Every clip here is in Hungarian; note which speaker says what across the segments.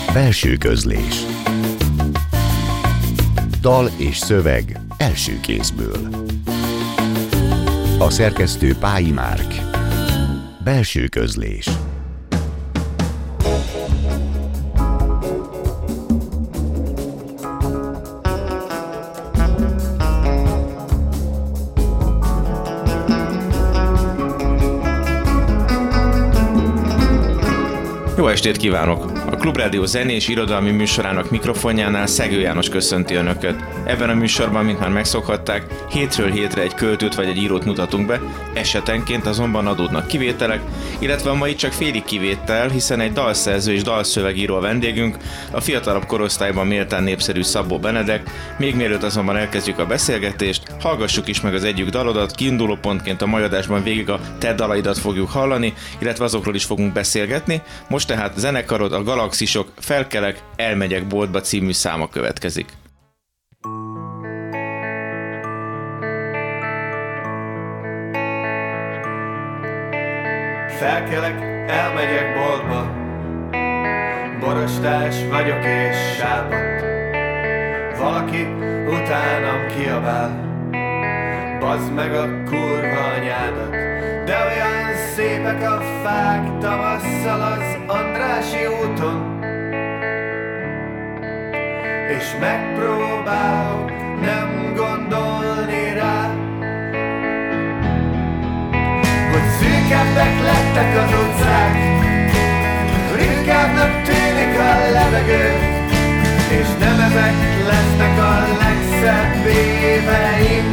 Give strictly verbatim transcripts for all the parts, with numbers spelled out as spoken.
Speaker 1: Belső közlés. Dal és szöveg első kézből. A szerkesztő Pályi Márk. Belső közlés.
Speaker 2: Jó estét kívánok! A Klubrádió zenés irodalmi műsorának mikrofonjánál Szegő János köszönti Önöket. Ebben a műsorban, mint már megszokhatták, hétről hétre egy költőt vagy egy írót mutatunk be, esetenként azonban adódnak kivételek, illetve a mai csak félig kivétel, hiszen egy dalszerző és dalszövegíró a vendégünk, a fiatalabb korosztályban méltán népszerű Szabó Benedek. Még mielőtt azonban elkezdjük a beszélgetést, hallgassuk is meg az egyik dalodat, kiinduló pontként a mai adásban végig a te dalaidat fogjuk hallani, illetve azokról is fogunk beszélgetni. Most tehát zenekarod, a Galaxisok, Felkelek, Elmegyek boltba című száma következik.
Speaker 3: Felkelek, elmegyek boltba, borostás vagyok és sápadt. Valaki utánam kiabál, bazd meg a kurva anyádat. De olyan szépek a fák tavasszal az Andrássy úton, és megpróbálok nem gondolni rá, hogy szűkebbek lettek az utcák, ritkábbnak tűnik a levegő, és nem ezek lesznek a legszebb éveim.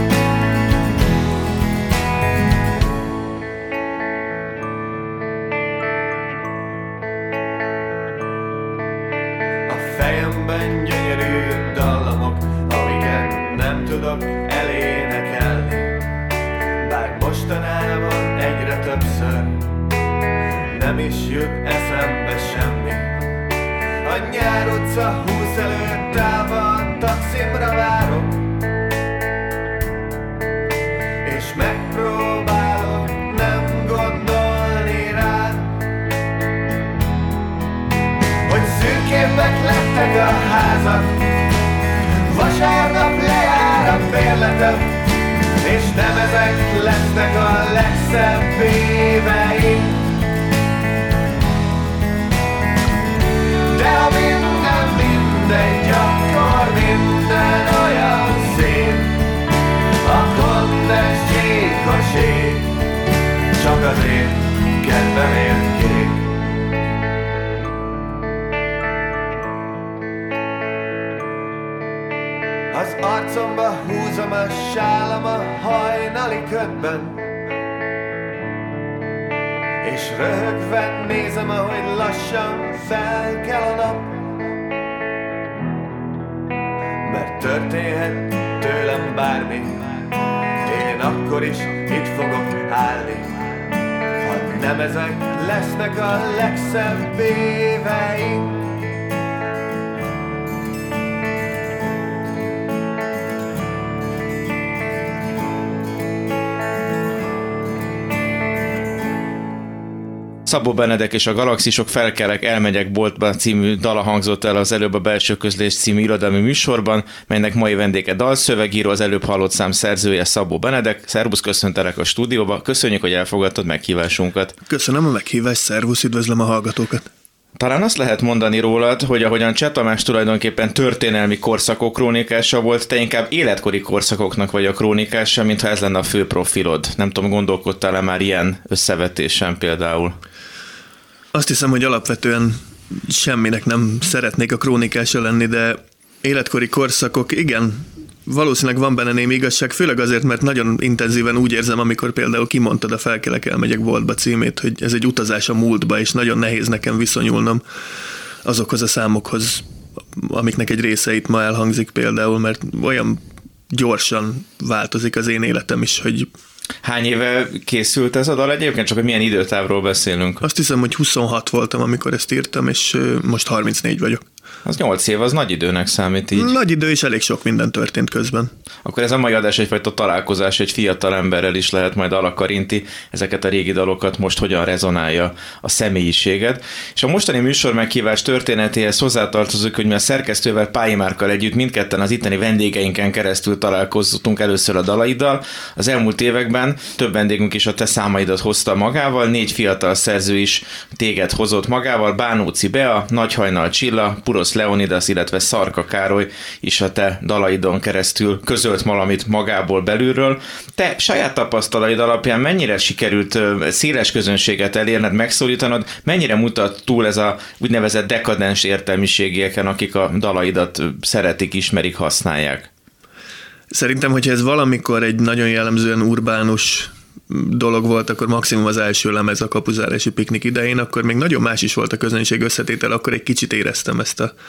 Speaker 3: Fejemben gyönyörű dallamok, amiket nem tudok elénekelni. Bár mostanában egyre többször nem is jut eszembe semmi. A Nyár utca húsz előtt állva a taximra várok, és megpróbálok nem gondolni rá, hogy szürkébbek lettek a házak, vasárnap lejár a bérletem, és nem ezek lesznek a legszebb éveim. De ha minden mindegy, akkor minden olyan szép, akkor ne csíkos ég, csak az én kedvemért kék. Az arcomba húzom a sálam a hajnali ködben, és röhögve nézem, ahogy lassan felkel a nap. Mert történhet tőlem bármi, én akkor is itt fogok állni, ha nem ezek lesznek a legszebb éveim.
Speaker 2: Szabó Benedek és a Galaxisok, Felkelek, Elmegyek boltba című dala hangzott el az előbb a Belső közlés című irodalmi műsorban, melynek mai vendége dalszövegíró, az előbb hallott szám szerzője Szabó Benedek. Szervusz, köszöntelek a stúdióba, köszönjük, hogy elfogadtad meghívásunkat.
Speaker 4: Köszönöm a meghívást, szervusz, üdvözlöm a hallgatókat.
Speaker 2: Talán azt lehet mondani rólad, hogy ahogyan Cseh Tamás tulajdonképpen történelmi korszakok krónikása volt, te inkább életkori korszakoknak vagy a krónikása, mintha ez lenne a fő profilod. Nem tudom, gondolkodtál-e már ilyen összevetésen például?
Speaker 4: Azt hiszem, hogy alapvetően semminek nem szeretnék a krónikása lenni, de életkori korszakok, igen, valószínűleg van benne némi igazság, főleg azért, mert nagyon intenzíven úgy érzem, amikor például kimondtad a Felkelek, Elmegyek boltba címét, hogy ez egy utazás a múltba, és nagyon nehéz nekem viszonyulnom azokhoz a számokhoz, amiknek egy része itt ma elhangzik például, mert olyan gyorsan változik az én életem is, hogy...
Speaker 2: Hány éve készült ez a dal egyébként? Csak hogy milyen időtávról beszélünk?
Speaker 4: Azt hiszem, hogy huszonhat voltam, amikor ezt írtam, és most harmincnégy vagyok.
Speaker 2: Az nyolc év, az nagy időnek számít így.
Speaker 4: Nagy idő, és elég sok minden történt közben.
Speaker 2: Akkor ez a mai adás egyfajta találkozás, egy fiatal emberrel is lehet majd alakarinti ezeket a régi dalokat, most hogyan rezonálja a személyiséged. És a mostani műsor meghívás történetéhez hozzátartozik, hogy mi a szerkesztővel, Pályi Márkkal együtt mindketten az itteni vendégeinken keresztül találkoztunk először a dalaiddal. Az elmúlt években több vendégünk is a te számaidat hozta magával, négy fiatal szerző is téged hozott magával, Bánóci Bea, Nagyhajnal Csilla, Purosz Leonidas, illetve Szarka Károly is a te dalaidon keresztül közölt valamit magából belülről. Te saját tapasztalaid alapján mennyire sikerült széles közönséget elérned, megszólítanod, mennyire mutat túl ez a úgynevezett dekadens értelmiségieken, akik a dalaidat szeretik, ismerik, használják?
Speaker 4: Szerintem, hogyha ez valamikor egy nagyon jellemzően urbánus dolog volt, akkor maximum az első lemez a Kapuzárási Piknik idején, akkor még nagyon más is volt a közönség összetétel, akkor egy kicsit éreztem ezt a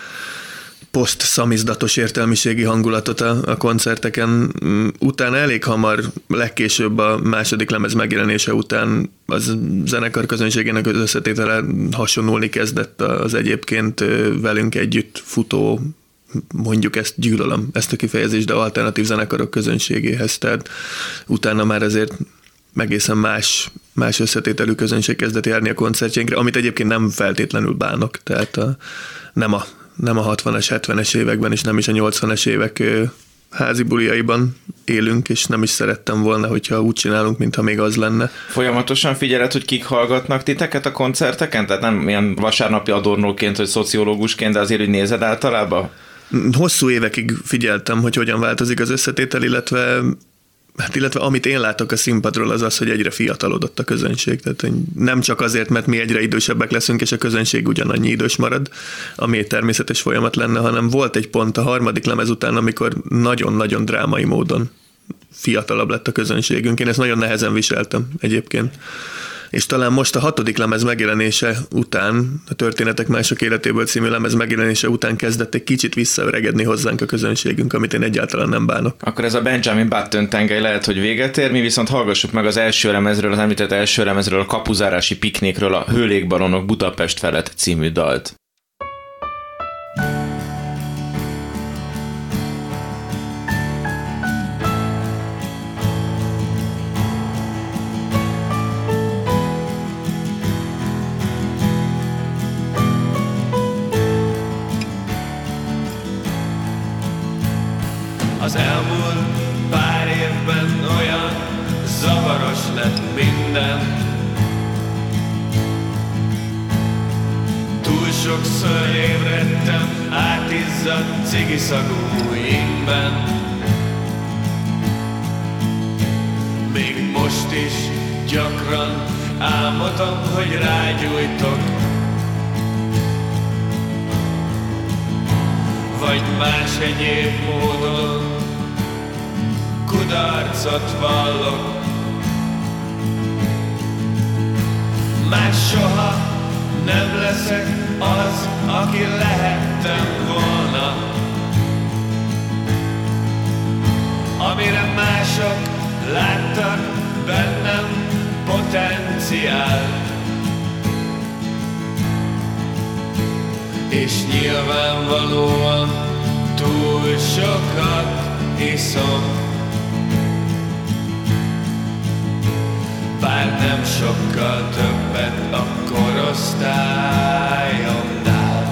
Speaker 4: poszt-szamizdatos értelmiségi hangulatot a, a koncerteken. Utána elég hamar, legkésőbb a második lemez megjelenése után az zenekar közönségének az összetétele hasonlulni kezdett az egyébként velünk együtt futó, mondjuk ezt gyűlölöm, ezt a kifejezést, de alternatív zenekarok közönségéhez, tehát utána már azért egészen más, más összetételű közönség kezdett járni a koncertjeinkre, amit egyébként nem feltétlenül bánok, tehát a, nem, a, nem a hatvanas, hetvenes években, és nem is a nyolcvanas évek házi buliaiban élünk, és nem is szerettem volna, hogyha úgy csinálunk, mintha még az lenne.
Speaker 2: Folyamatosan figyeled, hogy kik hallgatnak titeket a koncerteken? Tehát nem ilyen vasárnapi adornóként, vagy szociológusként, de azért, hogy nézed általában?
Speaker 4: Hosszú évekig figyeltem, hogy hogyan változik az összetétel, illetve Hát illetve amit én látok a színpadról, az az, hogy egyre fiatalodott a közönség. Tehát nem csak azért, mert mi egyre idősebbek leszünk, és a közönség ugyanannyi idős marad, ami egy természetes folyamat lenne, hanem volt egy pont a harmadik lemez után, amikor nagyon-nagyon drámai módon fiatalabb lett a közönségünk. Én ezt nagyon nehezen viseltem egyébként. És talán most a hatodik lemez megjelenése után, a Történetek Mások Életéből című lemez megjelenése után kezdett egy kicsit visszaöregedni hozzánk a közönségünk, amit én egyáltalán nem bánok.
Speaker 2: Akkor ez a Benjamin Button tengely lehet, hogy véget ér, mi viszont hallgassuk meg az első lemezről, az említett első lemezről, a Kapuzárási Piknikről, a Hőlékballonok Budapest felett című dalt.
Speaker 3: Az elmúlt pár évben olyan zavaros lett minden. Túl sokszor ébredtem átizzadt cigiszagú ingben. Még most is gyakran álmodom, hogy rágyújtok, vagy más egyéb módon kudarcot vallok. Már soha nem leszek az, aki lehettem volna, amire mások láttak bennem potenciált. És nyilvánvalóan túl sokat iszom, bár nem sokkal többet a korosztályomnál.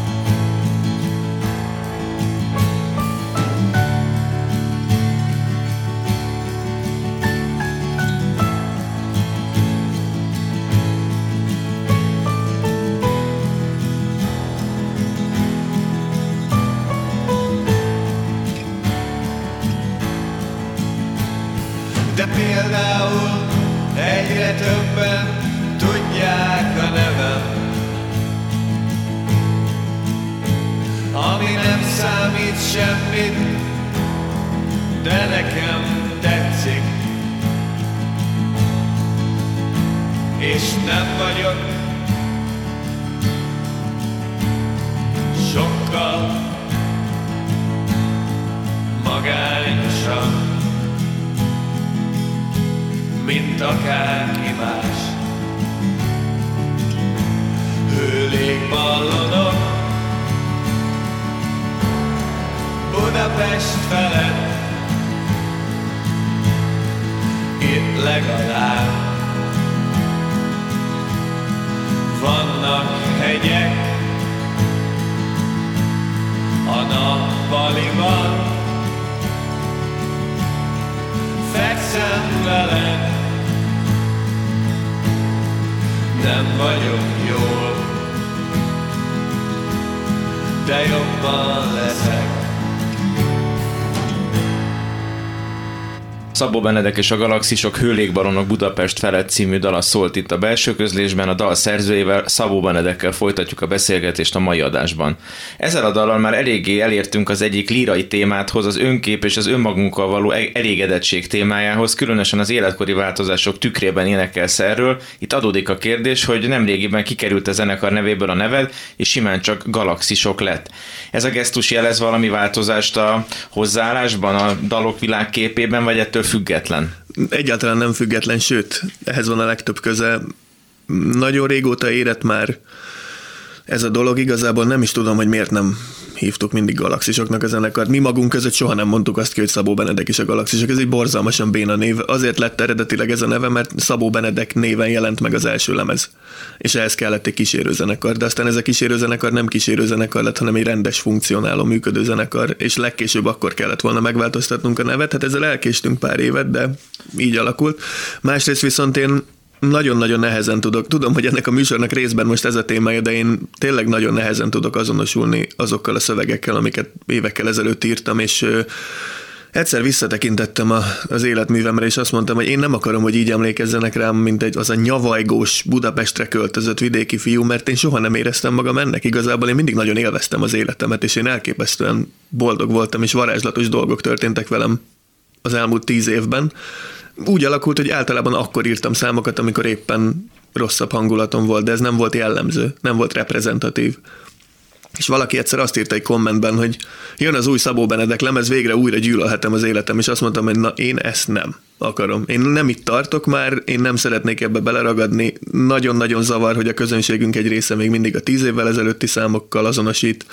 Speaker 3: De például egyre többen tudják a nevem, ami nem számít semmit, de nekem tetszik. És nem vagyok sokkal magányosabb, mint akárki más. Hőlékballonok Budapest felett. Itt legalább vannak hegyek a nappaliban. Fekszem veled, nem vagyok jól, de jobban leszek.
Speaker 2: Szabó Benedek és a Galaxisok Hőlékbaronok Budapest felett című dala szólt itt a Belső Közlésben, a dal szerzőjével, Szabó Benedekkel folytatjuk a beszélgetést a mai adásban. Ezzel a dallal már eléggé elértünk az egyik lírai témáthoz, az önkép és az önmagunkkal való elégedettség témájához, különösen az életkori változások tükrében énekelsz erről. Itt adódik a kérdés, hogy nemrégiben kikerült a zenekar nevéből a neved, és simán csak Galaxisok lett. Ez a gesztus jelez valami változást a hozzáállásban, a dalok világképében, vagy ettől független?
Speaker 4: Egyáltalán nem független, sőt, ehhez van a legtöbb köze. Nagyon régóta érett már ez a dolog, igazából nem is tudom, hogy miért nem hívtuk mindig Galaxisoknak a zenekart. Mi magunk között soha nem mondtuk azt ki, hogy Szabó Benedek és a Galaxisok. Ez egy borzalmasan béna név. Azért lett eredetileg ez a neve, mert Szabó Benedek néven jelent meg az első lemez. És ehhez kellett egy kísérőzenekar. De aztán ez a kísérőzenekar nem kísérőzenekar lett, hanem egy rendes, funkcionáló, működő zenekar, és legkésőbb akkor kellett volna megváltoztatnunk a nevet. Hát ezzel elkéstünk pár évet, de így alakult. Másrészt viszont én nagyon-nagyon nehezen tudok, tudom, hogy ennek a műsornak részben most ez a témája, de én tényleg nagyon nehezen tudok azonosulni azokkal a szövegekkel, amiket évekkel ezelőtt írtam, és ö, egyszer visszatekintettem a, az életművemre, és azt mondtam, hogy én nem akarom, hogy így emlékezzenek rám, mint egy, az a nyavajgós Budapestre költözött vidéki fiú, mert én soha nem éreztem magam ennek. Igazából én mindig nagyon élveztem az életemet, és én elképesztően boldog voltam, és varázslatos dolgok történtek velem az elmúlt tíz évben. Úgy alakult, hogy általában akkor írtam számokat, amikor éppen rosszabb hangulatom volt, de ez nem volt jellemző, nem volt reprezentatív. És valaki egyszer azt írta egy kommentben, hogy jön az új Szabó Benedek lemez, végre újra gyűlölhetem az életem, és azt mondtam, hogy na, én ezt nem akarom. Én nem itt tartok már, én nem szeretnék ebbe beleragadni. Nagyon-nagyon zavar, hogy a közönségünk egy része még mindig a tíz évvel ezelőtti számokkal azonosít.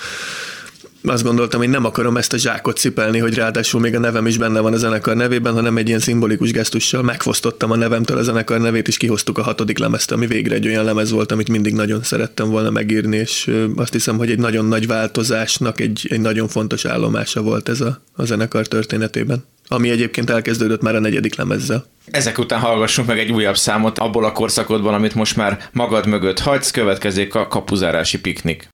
Speaker 4: Azt gondoltam, hogy nem akarom ezt a zsákot cipelni, hogy ráadásul még a nevem is benne van a zenekar nevében, hanem egy ilyen szimbolikus gesztussal megfosztottam a nevemtől a zenekar nevét, és kihoztuk a hatodik lemezt, ami végre egy olyan lemez volt, amit mindig nagyon szerettem volna megírni, és azt hiszem, hogy egy nagyon nagy változásnak egy, egy nagyon fontos állomása volt ez a, a zenekar történetében, ami egyébként elkezdődött már a negyedik lemezzel.
Speaker 2: Ezek után hallgassunk meg egy újabb számot abból a korszakodban, amit most már magad mögött hagysz, következik a Kapuzárási piknik.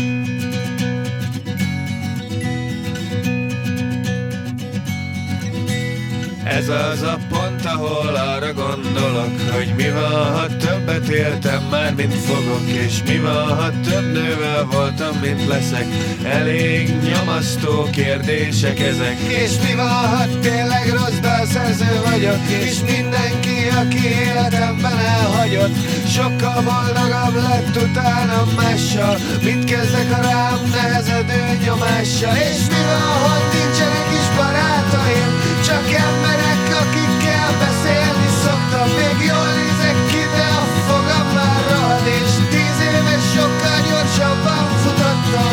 Speaker 3: Ez az a pont, ahol arra gondolok, hogy mi van, ha többet éltem már, mint fogok, és mi van, ha több nővel voltam, mint leszek. Elég nyomasztó kérdések ezek. És mi van, ha tényleg rossz dalszerző vagyok, és mindenki, aki életemben elhagyott, sokkal boldogabb lett utána mással. Mit kezdek a rám nehezedő nyomással? És mi van, ha nincsenek is barátaim, csak emberek, akikkel beszélni szoktam. Még jól nézek ki, de a fogam már rohad, és tíz éves sokkal gyorsabban futottam.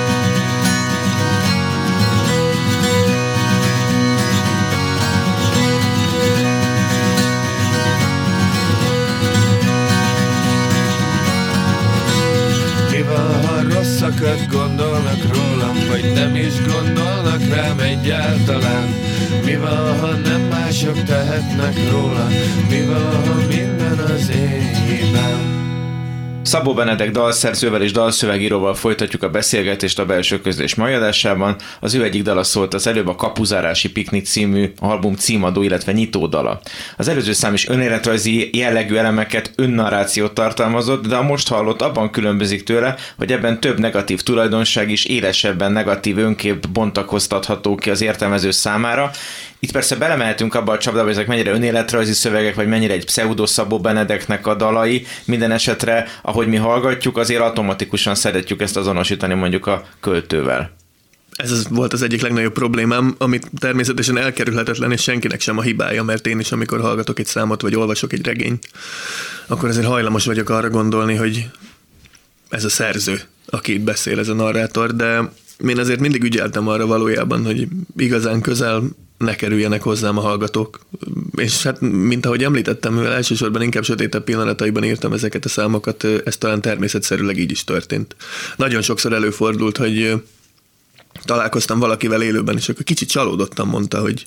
Speaker 3: Mi van, ha rosszakat gondolnak rólam, vagy nem is gondolnak rám egyáltalán? Mi van, ha nem mások tehetnek róla? Mi van, ha minden az én hibám?
Speaker 2: Szabó Benedek dalszerzővel és dalszövegíróval folytatjuk a beszélgetést a Belső Közlés mai adásában. Az ő egyik dala szólt az előbb, a Kapuzárási piknik című album címadó, illetve nyitódala. Az előző szám is önéletrajzi jellegű elemeket, önnarrációt tartalmazott, de a most hallott abban különbözik tőle, hogy ebben több negatív tulajdonság is élesebben negatív önkép bontakoztatható ki az értelmező számára. Itt persze belemehetünk abba a csapdába, hogy ezek mennyire önéletrajzi szövegek, vagy mennyire egy pseudo Szabó Benedeknek a dalai. Minden esetre, ahogy mi hallgatjuk, azért automatikusan szeretjük ezt azonosítani mondjuk a költővel.
Speaker 4: Ez volt az egyik legnagyobb problémám, amit természetesen elkerülhetetlen, és senkinek sem a hibája, mert én is, amikor hallgatok egy számot, vagy olvasok egy regényt, akkor azért hajlamos vagyok arra gondolni, hogy ez a szerző, aki itt beszél, ez a narrátor, de én azért mindig ügyeltem arra valójában, hogy igazán közel ne kerüljenek hozzám a hallgatók. És hát, mint ahogy említettem, mivel elsősorban inkább sötétebb pillanataiban írtam ezeket a számokat, ez talán természetszerűleg így is történt. Nagyon sokszor előfordult, hogy találkoztam valakivel élőben, és akkor kicsit csalódottan mondta, hogy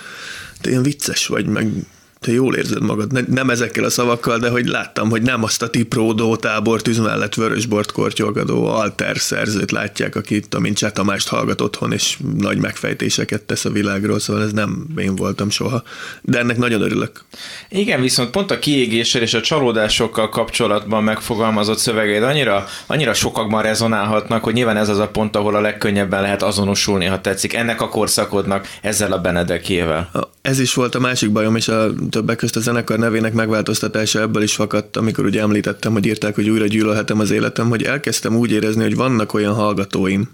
Speaker 4: te ilyen vicces vagy, meg te jól érzed magad. Nem ezekkel a szavakkal, de hogy láttam, hogy nem azt a tipródó, tábortűz mellett vörösbort kortyolgadó alter szerzőt látják, aki amint Cseh Tamást hallgat otthon, és nagy megfejtéseket tesz a világról, szóval ez nem én voltam soha. De ennek nagyon örülök.
Speaker 2: Igen, viszont pont a kiégéssel és a csalódásokkal kapcsolatban megfogalmazott szövegeid annyira, annyira sokakban rezonálhatnak, hogy nyilván ez az a pont, ahol a legkönnyebben lehet azonosulni, ha tetszik, ennek a korszakodnak ezzel a Benedekével.
Speaker 4: Ez is volt a másik bajom, és a többek közt a zenekar nevének megváltoztatása ebből is fakadt, amikor ugye említettem, hogy írták, hogy újra gyűlölhetem az életem, hogy elkezdtem úgy érezni, hogy vannak olyan hallgatóim,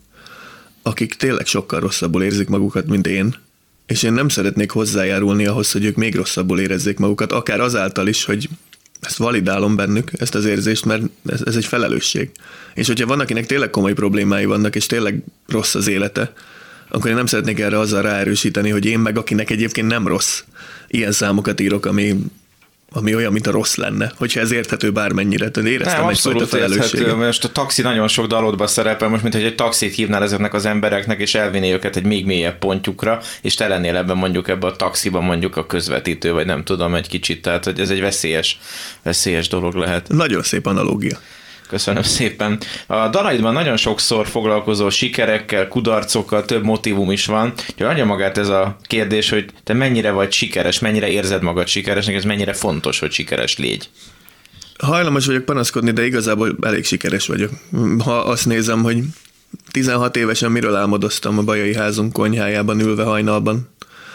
Speaker 4: akik tényleg sokkal rosszabbul érzik magukat, mint én, és én nem szeretnék hozzájárulni ahhoz, hogy ők még rosszabbul érezzék magukat, akár azáltal is, hogy ezt validálom bennük, ezt az érzést, mert ez, ez egy felelősség. És hogyha van, akinek tényleg komoly problémái vannak, és tényleg rossz az élete, akkor én nem szeretnék erre azzal ráerősíteni, hogy én meg, akinek egyébként nem rossz, ilyen számokat írok, ami, ami olyan, mint a rossz lenne, hogyha ez érthető bármennyire. Tehát éreztem
Speaker 2: nem,
Speaker 4: egyfajta felelősséget.
Speaker 2: Most a taxi nagyon sok dalodban szerepel, most mint hogy egy taxit hívnál ezeknek az embereknek, és elvinné őket egy még mélyebb pontjukra, és te lennél ebben mondjuk ebben a taxiban mondjuk a közvetítő, vagy nem tudom, egy kicsit, tehát hogy ez egy veszélyes, veszélyes dolog lehet.
Speaker 4: Nagyon szép analógia.
Speaker 2: Köszönöm szépen. A dalaidban nagyon sokszor foglalkozó sikerekkel, kudarcokkal, több motívum is van. Úgyhogy adja magát ez a kérdés, hogy te mennyire vagy sikeres, mennyire érzed magad sikeresnek, ez mennyire fontos, hogy sikeres légy.
Speaker 4: Hajlamos vagyok panaszkodni, de igazából elég sikeres vagyok. Ha azt nézem, hogy tizenhat évesen miről álmodoztam a Bajai házunk konyhájában ülve hajnalban,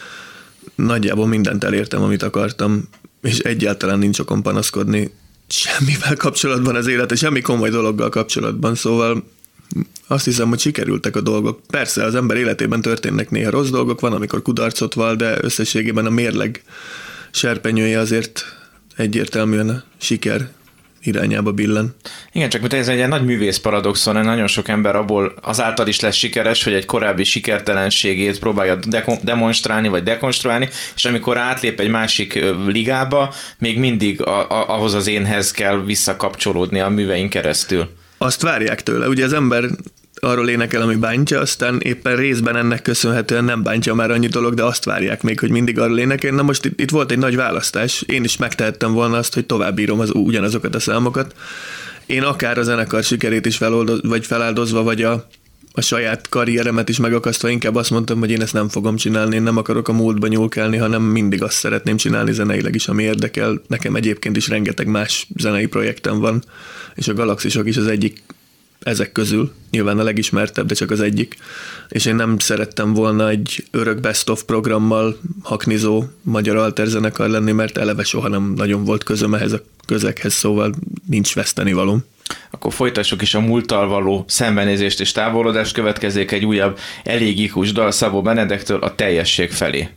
Speaker 4: nagyjából mindent elértem, amit akartam, és egyáltalán nincs okom panaszkodni semmivel kapcsolatban az élete, semmi komoly dologgal kapcsolatban, szóval azt hiszem, hogy sikerültek a dolgok. Persze az ember életében történnek néha rossz dolgok, van, amikor kudarcot val, de összességében a mérleg serpenyője azért egyértelműen a siker irányába billen.
Speaker 2: Igen, csak ez egy nagy művész paradoxon, nagyon sok ember abból azáltal is lesz sikeres, hogy egy korábbi sikertelenségét próbálja de- demonstrálni vagy dekonstruálni, és amikor átlép egy másik ligába, még mindig a- a- ahhoz az énhez kell visszakapcsolódni a művein keresztül.
Speaker 4: Azt várják tőle. Ugye az ember arról énekel, ami bántja, aztán éppen részben ennek köszönhetően nem bántja már annyi dolog, de azt várják még, hogy mindig arról énekel. Na most itt, itt volt egy nagy választás. Én is megtehettem volna azt, hogy továbbírom az, ugyanazokat a számokat. Én akár a zenekar sikerét is feloldoz, vagy feláldozva, vagy a, a saját karrieremet is megakasztva, inkább azt mondtam, hogy én ezt nem fogom csinálni, én nem akarok a múltba nyúlkálni, hanem mindig azt szeretném csinálni zeneileg is, ami érdekel. Nekem egyébként is rengeteg más zenei projektem van, és a Galaxisok is az egyik ezek közül, nyilván a legismertebb, de csak az egyik, és én nem szerettem volna egy örök best of programmal haknizó magyar alterzenekar lenni, mert eleve soha nem nagyon volt közöm ehhez a közeghez, szóval nincs vesztenivalóm.
Speaker 2: Akkor folytassuk is a múlttal való szembenézést és távolodást, következzék egy újabb elégikus dal Szabó Benedektől, A teljesség felé.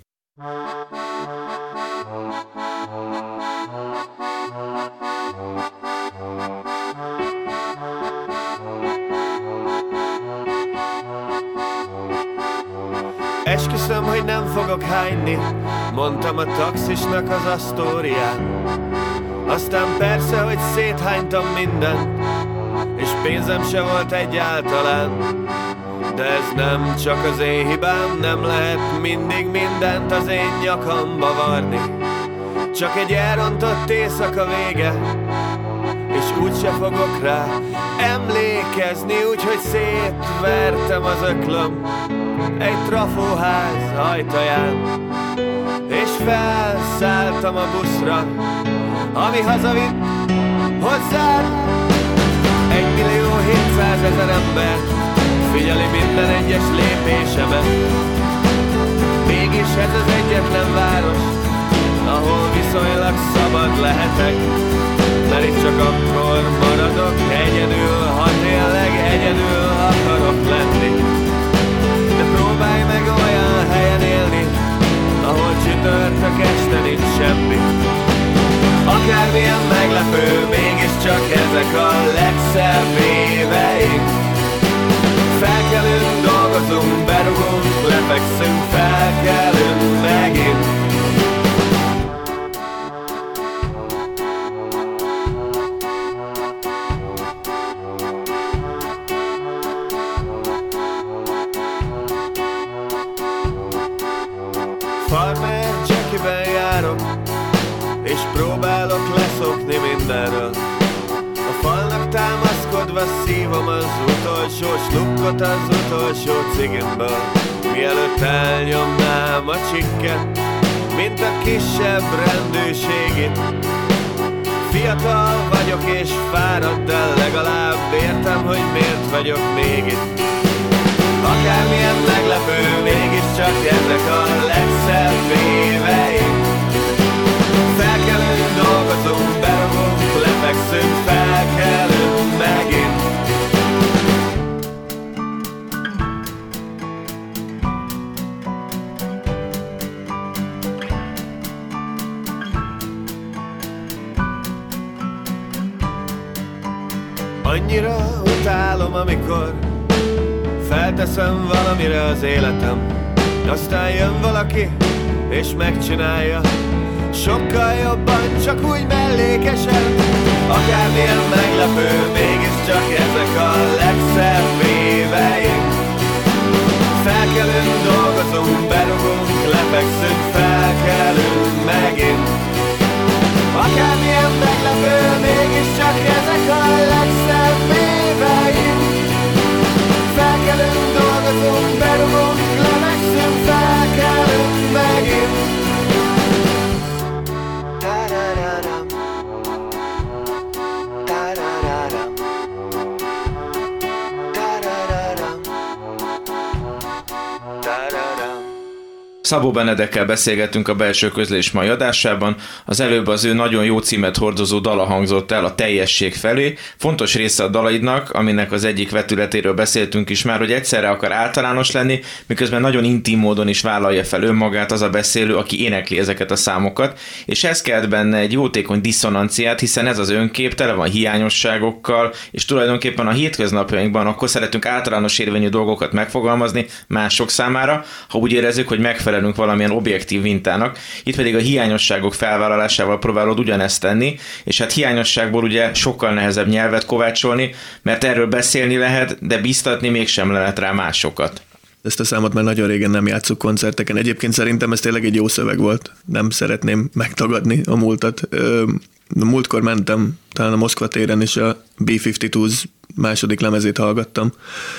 Speaker 3: Esküszöm, hogy nem fogok hányni, mondtam a taxisnak az Asztórián. Aztán persze, hogy széthánytam mindent, és pénzem se volt egyáltalán. De ez nem csak az én hibám, nem lehet mindig mindent az én nyakamba varni. Csak egy elrontott éjszaka vége, és úgyse fogok rá emlékezni, úgyhogy szétvertem az öklöm egy trafóház ajtaján, és felszálltam a buszra, ami hazavitt hozzád. Egy millió hétszázezer ember figyeli minden egyes lépésemet. Mégis ez az egyetlen város, ahol viszonylag szabad lehetek, mert itt csak akkor maradok egyedül, ha tényleg egyedül akarok lenni. De próbálj meg olyan helyen élni, ahol csütörtök este nincs semmi. Akármilyen meglepő, mégiscsak ezek a legszebb éveink. Felkelünk dolgok lefekszünk, felkelünk megint. Farmer Jackie-ben járok, és próbálok leszokni mindenről. A falnak támaszkodva szívom az utolsó slukkot az utolsó cigimből. Mielőtt elnyomnám a csikket, mint a kisebb rendőrségit. Fiatal vagyok és fáradt, de legalább értem, hogy miért vagyok még itt. Akármilyen meglepő, mégiscsak ezek a legszebb éveim. Felkelünk, dolgozunk, berogunk, lefekszünk, felkelünk megint. Annyira utálom, amikor felteszem valamire az életem, aztán jön valaki, és megcsinálja sokkal jobban, csak úgy mellékesen. Akármilyen meglepő, mégiscsak ezek a legszebb éveink. Felkelünk, dolgozunk, berugunk, lefekszünk, felkelünk megint. Akármilyen meglepő, mégiscsak ezek a legszebb éveink. Felkelünk, dolgozunk, berugunk, lefekszünk, felkelünk megint. Ta-ra-ra-ram. Ta-ra-ra-ram. Ta-ra-ra-ram. Ta-ra-ram.
Speaker 2: Szabó Benedekkel beszélgettünk a Belső Közlés mai adásában. Az előbb az ő nagyon jó címet hordozó dala hangzott el, a Teljesség felé. Fontos része a dalaidnak, aminek az egyik vetületéről beszéltünk is már, hogy egyszerre akar általános lenni, miközben nagyon intim módon is vállalja fel önmagát az a beszélő, aki énekli ezeket a számokat, és ez kelt benne egy jótékony diszonanciát, hiszen ez az önkép tele van hiányosságokkal, és tulajdonképpen a hétköznapjainkban akkor szeretünk általános érvényű dolgokat megfogalmazni mások számára, ha úgy érezzük, hogy megfelelő valamilyen objektív mintának. Itt pedig a hiányosságok felvállalásával próbálod ugyanezt tenni, és hát hiányosságból ugye sokkal nehezebb nyelvet kovácsolni, mert erről beszélni lehet, de biztatni mégsem lehet rá másokat.
Speaker 4: Ezt a számot már nagyon régen nem játszuk koncerteken. Egyébként szerintem ez tényleg egy jó szöveg volt. Nem szeretném megtagadni a múltat. A múltkor mentem, talán a Moszkva téren, és a bé ötvenkettős második lemezét hallgattam.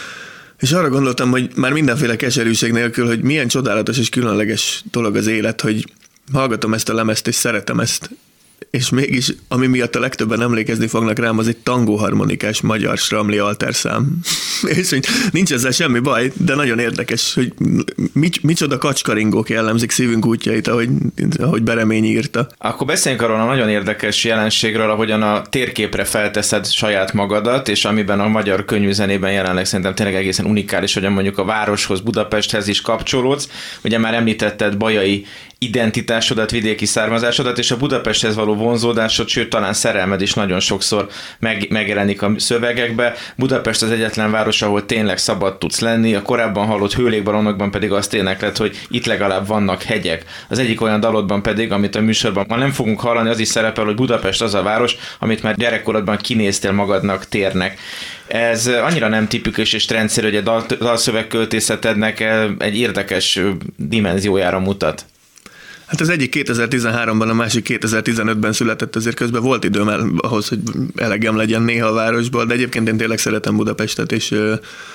Speaker 4: És arra gondoltam, hogy már mindenféle keserűség nélkül, hogy milyen csodálatos és különleges dolog az élet, hogy hallgatom ezt a lemezt, és szeretem ezt. És mégis, ami miatt a legtöbben emlékezni fognak rám, az egy tangóharmonikás magyar Sramli alterszám. És hogy nincs ezzel semmi baj, de nagyon érdekes, hogy mics, micsoda kacskaringók jellemzik szívünk útjait, ahogy, ahogy Beremény írta.
Speaker 2: Akkor beszéljünk arról a nagyon érdekes jelenségről, ahogyan a térképre felteszed saját magadat, és amiben a magyar könnyűzenében jelenleg szerintem tényleg egészen unikális, hogy mondjuk a városhoz, Budapesthez is kapcsolódsz. Ugye már említetted bajai identitásodat, vidéki származásodat, és a Budapesthez való vonzódásod, sőt talán szerelmed is nagyon sokszor meg, megjelenik a szövegekbe. Budapest az egyetlen város, ahol tényleg szabad tudsz lenni, a korábban hallott Hőlékbarlangokban pedig azt énekled, hogy itt legalább vannak hegyek. Az egyik olyan dalodban pedig, amit a műsorban ma nem fogunk hallani, az is szerepel, hogy Budapest az a város, amit már gyerekkorodban kinéztél magadnak térnek. Ez annyira nem tipikus és rendszerű, hogy a dalszövegköltészetednek egy érdekes dimenziójára mutat.
Speaker 4: Hát az egyik kétezer-tizenháromban, a másik kétezer-tizenötben született, azért közben volt időm el, ahhoz, hogy elegem legyen néha a városból, de egyébként én tényleg szeretem Budapestet, és ö,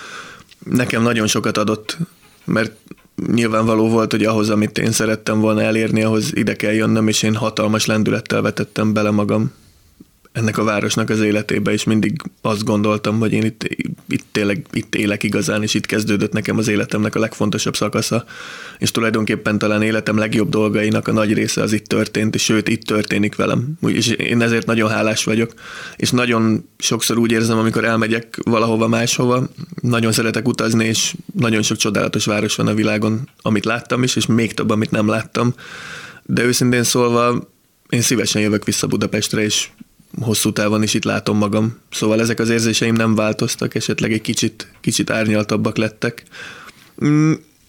Speaker 4: nekem nagyon sokat adott, mert nyilvánvaló volt, hogy ahhoz, amit én szerettem volna elérni, ahhoz ide kell jönnöm, és én hatalmas lendülettel vetettem bele magam ennek a városnak az életébe, és mindig azt gondoltam, hogy én itt, itt tényleg itt élek igazán, és itt kezdődött nekem az életemnek a legfontosabb szakasza, és tulajdonképpen talán életem legjobb dolgainak a nagy része az itt történt, és sőt, itt történik velem. És én ezért nagyon hálás vagyok, és nagyon sokszor úgy érzem, amikor elmegyek valahova máshova, nagyon szeretek utazni, és nagyon sok csodálatos város van a világon, amit láttam is, és még több, amit nem láttam, de őszintén szólva én szívesen jövök vissza Budapestre, és hosszú távon is itt látom magam. Szóval ezek az érzéseim nem változtak, esetleg egy kicsit, kicsit árnyaltabbak lettek. Mm,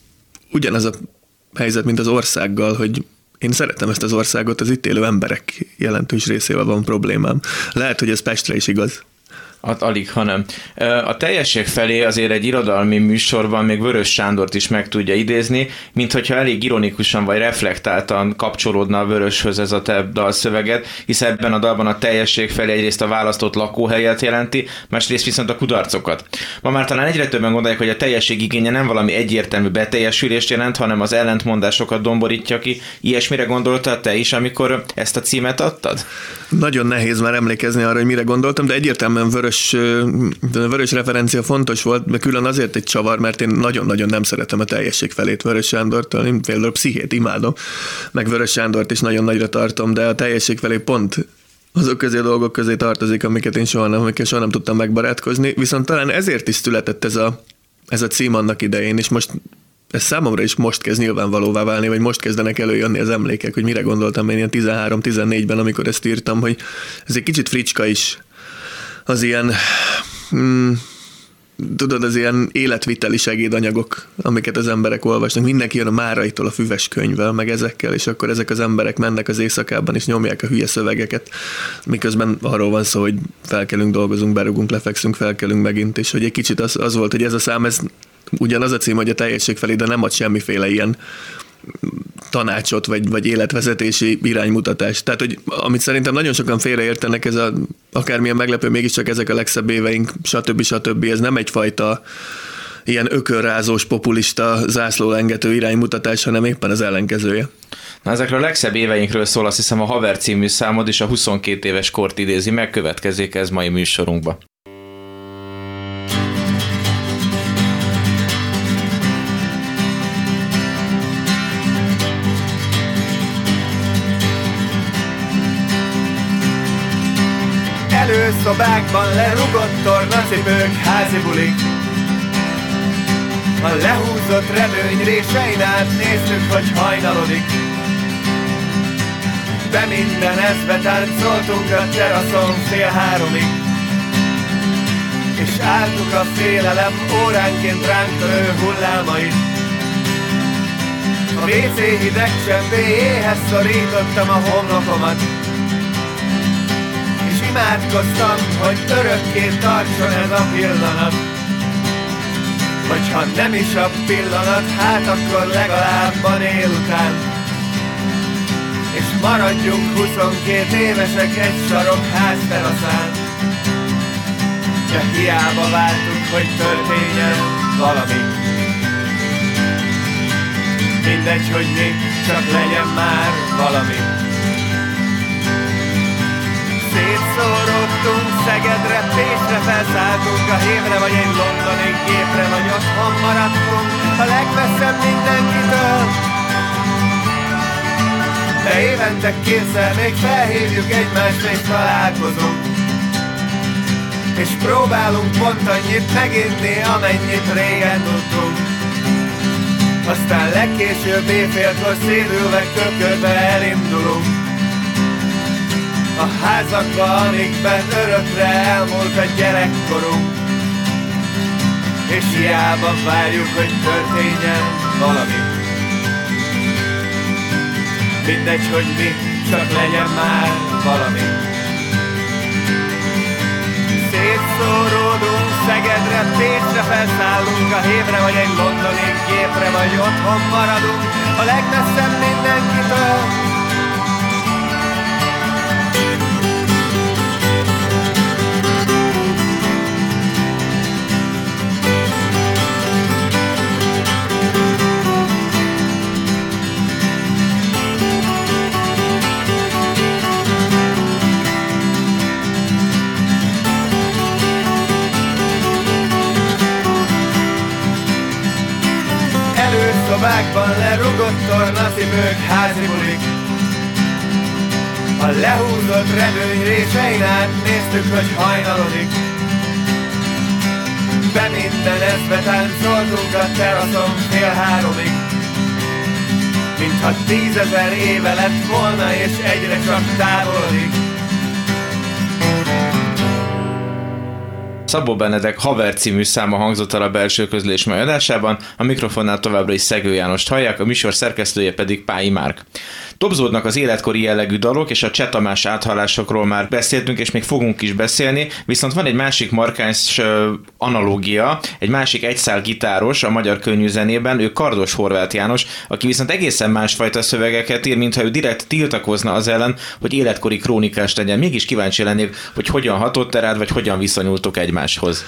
Speaker 4: ugyanaz a helyzet, mint az országgal, hogy én szeretem ezt az országot, az itt élő emberek jelentős részével van problémám. Lehet, hogy ez Pestre is igaz.
Speaker 2: Alig, hanem. A teljesség felé azért egy irodalmi műsorban még Vörös Sándort is meg tudja idézni, mint hogyha elég ironikusan vagy reflektáltan kapcsolódna a Vöröshöz ez a te dalszöveget, hisz ebben a dalban a teljesség felé egyrészt a választott lakóhelyet jelenti, másrészt viszont a kudarcokat. Ma már talán egyre többen gondolják, hogy a teljesség igénye nem valami egyértelmű beteljesülést jelent, hanem az ellentmondásokat domborítja ki. Ilyesmire gondoltad te is, amikor ezt a címet adtad?
Speaker 4: Nagyon nehéz már emlékezni arra, hogy mire gondoltam, de egyértelműen vörös, de a vörös referencia fontos volt, de külön azért egy csavar, mert én nagyon-nagyon nem szeretem a teljesség felét Vörös Sándortól, én például Pszichét imádom, meg Vörös Sándort is nagyon nagyra tartom, de a teljesség felé pont azok közé a dolgok közé tartozik, amiket én soha nem, amiket soha nem tudtam megbarátkozni, viszont talán ezért is született ez a, ez a cím annak idején, és most ez számomra is most kezd nyilvánvalóvá válni, vagy most kezdenek előjönni az emlékek, hogy mire gondoltam én ilyen tizenhárom-tizennégyben, amikor ezt írtam, hogy ez egy kicsit fricska is az ilyen, mm, tudod, az ilyen életviteli segédanyagok, amiket az emberek olvasnak. Mindenki jön a Máraitól a füves könyvvel, meg ezekkel, és akkor ezek az emberek mennek az éjszakában, és nyomják a hülye szövegeket, miközben arról van szó, hogy felkelünk, dolgozunk, berugunk, lefekszünk, felkelünk megint, és hogy egy kicsit az, az volt, hogy ez a szám, ez ugyanaz a cím, hogy a teljesség felé, de nem ad semmiféle ilyen tanácsot, vagy, vagy életvezetési iránymutatást. Tehát, hogy amit szerintem nagyon sokan félreértenek, ez a, akármilyen meglepő, mégiscsak ezek a legszebb éveink, stb. stb. Ez nem egyfajta ilyen ökörrázós, populista, zászlólengető iránymutatás, hanem éppen az ellenkezője.
Speaker 2: Na, ezekről a legszebb éveinkről szól, azt hiszem a Haver című számod is a huszonkét éves kort idézi, megkövetkezik ez mai műsorunkba.
Speaker 3: Előszobákban lerugott tornacipők, házi bulik. A lehúzott redőny résein át néztük, hogy hajnalodik. Be minden ezbe táncoltunk a teraszon fél háromig. És álltuk a félelem óránként ránk törő hullámait. A vé cé hideg csempéjéhez szorítottam a homlokomat. Imádkoztam, hogy örökké tartson ez a pillanat. Hogyha nem is a pillanat, hát akkor legalább a délután. És maradjunk huszonkét évesek egy sarok házteraszán. De hiába vártuk, hogy történjen valami. Mindegy, hogy mi, csak legyen már valami. Szétszóródtunk Szegedre, Pécsre, felszálltunk a hévre, vagy egy londoni gépre, vagy otthon maradtunk a legmesszebb mindenkitől. De évente kétszer még felhívjuk egymást, és találkozunk. És próbálunk pont annyit meginni, amennyit régen tudtunk. Aztán legkésőbb éjfélkor szédülve, köködve elindulunk a házakba, amikben örökre elmúlt a gyerekkorunk. És hiába várjuk, hogy történjen valami. Mindegy, hogy mi, csak legyen már valami. Szétszóródunk Szegedre, Pécsre, felszállunk a hévre, vagy egy londoni gépre, vagy otthon maradunk a legmesszebb mindenkitől. Szobákban lerugott tornacipők, házi bulik. A lehúzott redőny résein át néztük, hogy hajnalodik. Be minden ezbe táncoltunk a teraszon fél háromig. Mintha tízezer éve lett volna, és egyre csak távolodik.
Speaker 2: Szabó Benedek Haver című száma hangzott el a belső közlés mai adásában, a mikrofonnál továbbra is Szegő Jánost hallják, a műsor szerkesztője pedig Pályi Márk. Dobzódnak az életkori jellegű dalok, és a Cseh Tamás áthallásokról már beszéltünk, és még fogunk is beszélni, viszont van egy másik markáns analógia, egy másik egyszál gitáros a magyar könnyű zenében, ő Kardos Horváth János, aki viszont egészen másfajta szövegeket ír, mintha ő direkt tiltakozna az ellen, hogy életkori krónikás legyen. Mégis kíváncsi lennék, hogy hogyan hatott rád, vagy hogyan viszonyultok egymáshoz.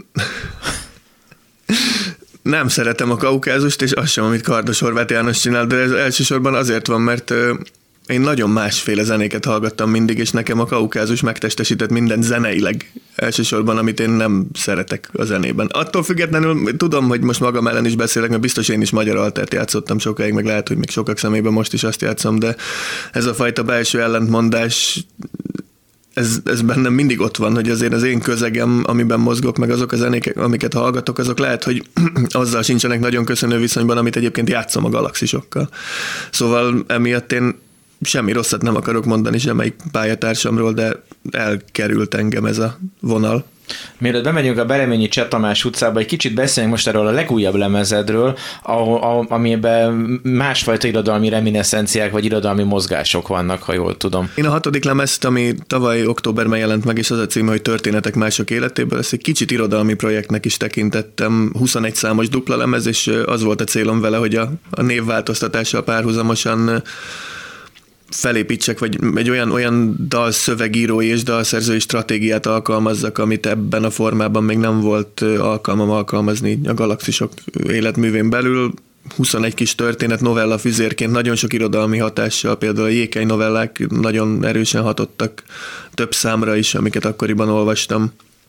Speaker 4: Nem szeretem a Kaukázust, és azt sem, amit Kardos Horváth János csinál, de ez elsősorban azért van, mert én nagyon másféle zenéket hallgattam mindig, és nekem a Kaukázus megtestesített mindent zeneileg elsősorban, amit én nem szeretek a zenében. Attól függetlenül tudom, hogy most magam ellen is beszélek, mert biztos én is magyar altert játszottam sokáig, meg lehet, hogy még sokak szemében most is azt játszom, de ez a fajta belső ellentmondás, Ez, ez bennem mindig ott van, hogy azért az én közegem, amiben mozgok, meg azok a zenék, amiket hallgatok, azok lehet, hogy azzal sincsenek nagyon köszönő viszonyban, amit egyébként játszom a galaxisokkal. Szóval emiatt én semmi rosszat nem akarok mondani semmelyik pályatársamról, de elkerült engem ez a vonal.
Speaker 2: Mielőtt bemegyünk a Bereményi Cseh Tamás utcába, egy kicsit beszéljünk most erről a legújabb lemezedről, amiben másfajta irodalmi reminiszenciák vagy irodalmi mozgások vannak, ha jól tudom.
Speaker 4: Én a hatodik lemezt, ami tavaly októberben jelent meg, és az a címe, hogy Történetek mások életéből, ezt egy kicsit irodalmi projektnek is tekintettem, huszonegy számos dupla lemez, és az volt a célom vele, hogy a, a névváltoztatással párhuzamosan felépítsek, vagy egy olyan, olyan dalszövegírói és dalszerzői stratégiát alkalmazzak, amit ebben a formában még nem volt alkalmam alkalmazni a galaxisok életművén belül. huszonegy kis történet novella füzérként nagyon sok irodalmi hatással, például a Jékely novellák nagyon erősen hatottak több számra is, amiket akkoriban olvastam.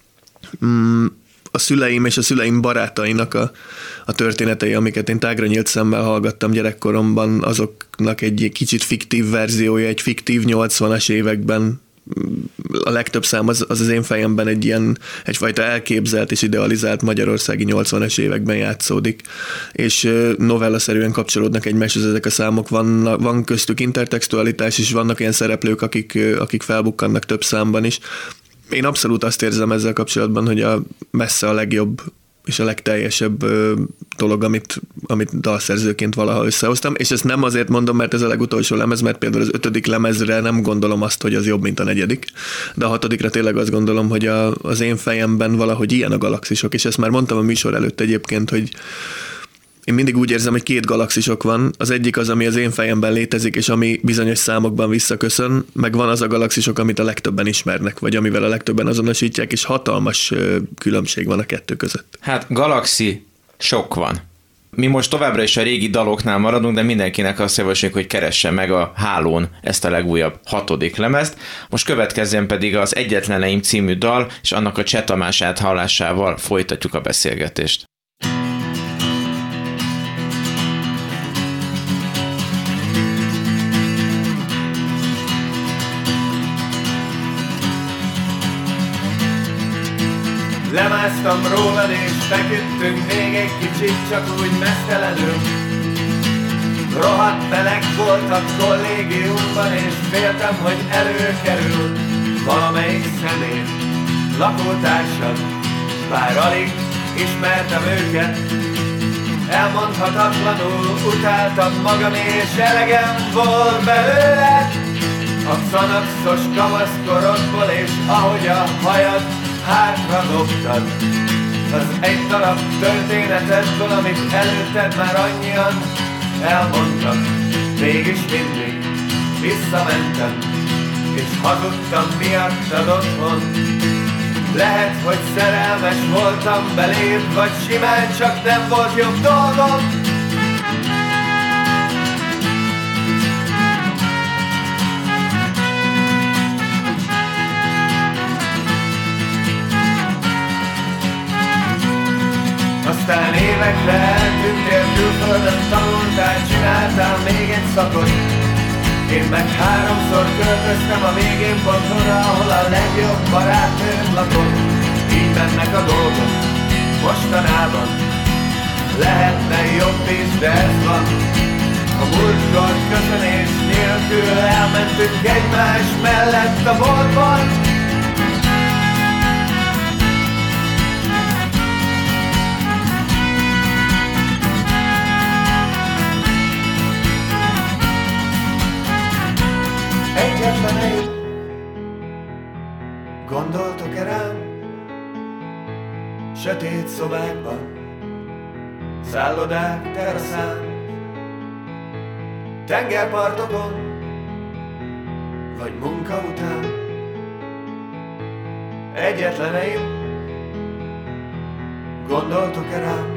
Speaker 4: A szüleim és a szüleim barátainak a, a történetei, amiket én tágra nyílt szemmel hallgattam gyerekkoromban, azoknak egy kicsit fiktív verziója, egy fiktív nyolcvanas években. A legtöbb szám az az, az én fejemben egy ilyen, egyfajta elképzelt és idealizált magyarországi nyolcvanas években játszódik, és novellaszerűen kapcsolódnak egymáshoz ezek a számok, van, van köztük intertextualitás, és vannak ilyen szereplők, akik, akik felbukkannak több számban is. Én abszolút azt érzem ezzel kapcsolatban, hogy a messze a legjobb és a legteljesebb dolog, amit, amit dalszerzőként valaha összehoztam, és ezt nem azért mondom, mert ez a legutolsó lemez, mert például az ötödik lemezre nem gondolom azt, hogy az jobb, mint a negyedik, de a hatodikra tényleg azt gondolom, hogy a, az én fejemben valahogy ilyen a galaxisok, és ezt már mondtam a műsor előtt egyébként, hogy én mindig úgy érzem, hogy két galaxisok van. Az egyik az, ami az én fejemben létezik, és ami bizonyos számokban visszaköszön, meg van az a galaxisok, amit a legtöbben ismernek, vagy amivel a legtöbben azonosítják, és hatalmas különbség van a kettő között.
Speaker 2: Hát galaxi sok van. Mi most továbbra is a régi daloknál maradunk, de mindenkinek azt javasoljuk, hogy keresse meg a hálón ezt a legújabb hatodik lemezt. Most következzen pedig az Egyetleneim című dal, és annak a Cseh Tamás áthallásával folytatjuk a beszélgetést.
Speaker 3: Lemásztam rólad és feküdtünk még egy kicsit, csak úgy mesztelenül. Rohadt meleg volt a kollégiumban, és féltem, hogy előkerül valamelyik személy, lakótársad, bár alig ismertem őket. Elmondhatatlanul utáltam magam, és elegem volt belőle a szanaxos kamaszkorodból, és ahogy a hajad hátra dobtad az egy darab történetedből, amit előtted már annyian elmondtak. Mégis mindig visszamentem, és hazudtam miattad otthon. Lehet, hogy szerelmes voltam beléd, vagy simán csak nem volt jobb dolgom. Aztán évekre eltűntél külföldön, tanultál, csináltál még egy szakot. Én meg háromszor költöztem a végén pontra, ahol a legjobb barátnőm lakott. Így mennek a dolgok mostanában, lehetne jobb is, de ez van. A múltkor köszönés nélkül elmentünk egymás mellett a boltban. sötét szobákban, szállodák teraszán, tengerpartokon, vagy munka után. Egyetleneim, gondoltok-e rám?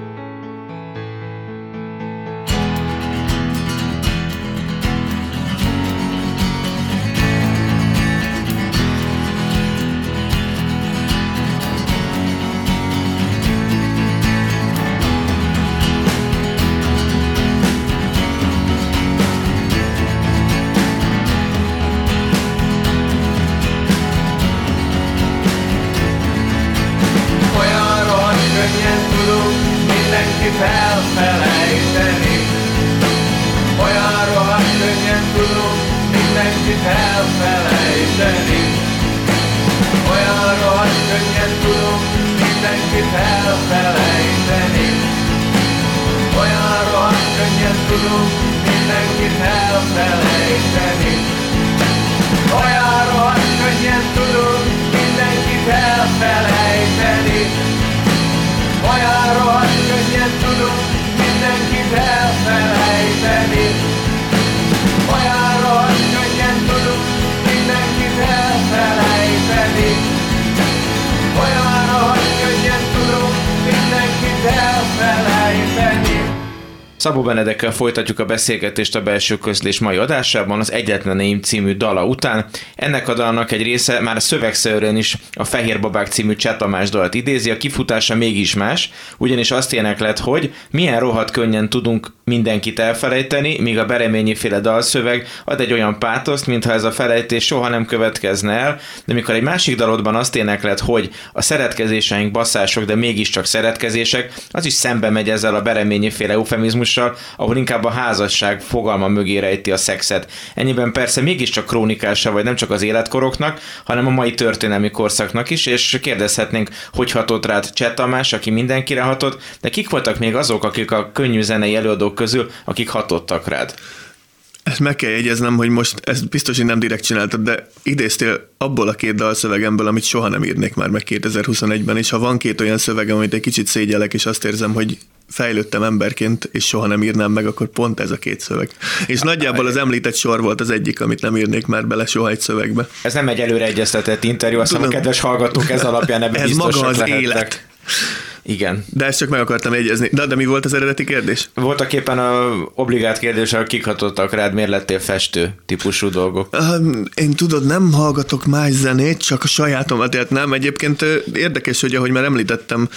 Speaker 3: Elfelejteni. Olyan rohadt könnyen tudunk mindenkit elfelejteni. Olyan rohadt könnyen tudunk mindenkit elfelejteni. Olyan rohadt könnyen tudunk mindenkit elfelejteni. Olyan rohadt könnyen tudunk mindenkit elfelejteni. Olyan rohadt könnyen tudunk mindenkit elfelejteni. Olyan rohadt könnyen tudunk mindenkit elfelejteni. Olyan rohadt könnyen tudunk mindenkit elfelejteni.
Speaker 2: Szabó Benedekkel folytatjuk a beszélgetést a Belső Közlés mai adásában az Egyetleneim című dala után. Ennek a dalnak egy része már a szövegszerűen is a Fehér Babák című Cseh Tamás dalt idézi, a kifutása mégis más, ugyanis azt éneklet, hogy milyen rohadt könnyen tudunk mindenkit elfelejteni, míg a Bereményi féle dalszöveg ad egy olyan pátoszt, mintha ez a felejtés soha nem következne el, de mikor egy másik dalodban azt éneklet, hogy a szeretkezéseink basszások, de mégiscsak szeretkezések, az is szembe megy ezzel a Bereményi féle eufemizmus, ahol inkább a házasság fogalma mögé rejti a szexet. Ennyiben persze mégiscsak krónikása vagy nem csak az életkoroknak, hanem a mai történelmi korszaknak is, és kérdezhetnénk, hogy hatott rád Cseh Tamás, aki mindenkire hatott, de kik voltak még azok, akik a könnyű zenei előadók közül, akik hatottak rád?
Speaker 4: Ezt meg kell jegyeznem, hogy most ezt biztos, hogy nem direkt csináltad, de idéztél abból a két dalszövegemből, amit soha nem írnék már meg kétezer-huszonegyben, és ha van két olyan szövegem, amit egy kicsit szégyellek, és azt érzem, hogy fejlődtem emberként, és soha nem írnám meg, akkor pont ez a két szöveg. És nagyjából az említett sor volt az egyik, amit nem írnék már bele soha egy szövegbe.
Speaker 2: Ez nem egy előre egyeztetett interjú, azt hiszem a kedves hallgatók ez alapján ebben
Speaker 4: ez
Speaker 2: biztosak
Speaker 4: maga az
Speaker 2: lehettek.
Speaker 4: Élet.
Speaker 2: Igen.
Speaker 4: De ezt csak meg akartam jegyezni. De, de mi volt az eredeti kérdés?
Speaker 2: Voltak éppen a obligát kérdés, hogy kik hatottak rád, miért lettél festő típusú dolgok?
Speaker 4: Én tudod, nem hallgatok más zenét, csak a sajátomat, tehát nem. Egyébként érdekes, hogy ahogy már említettem,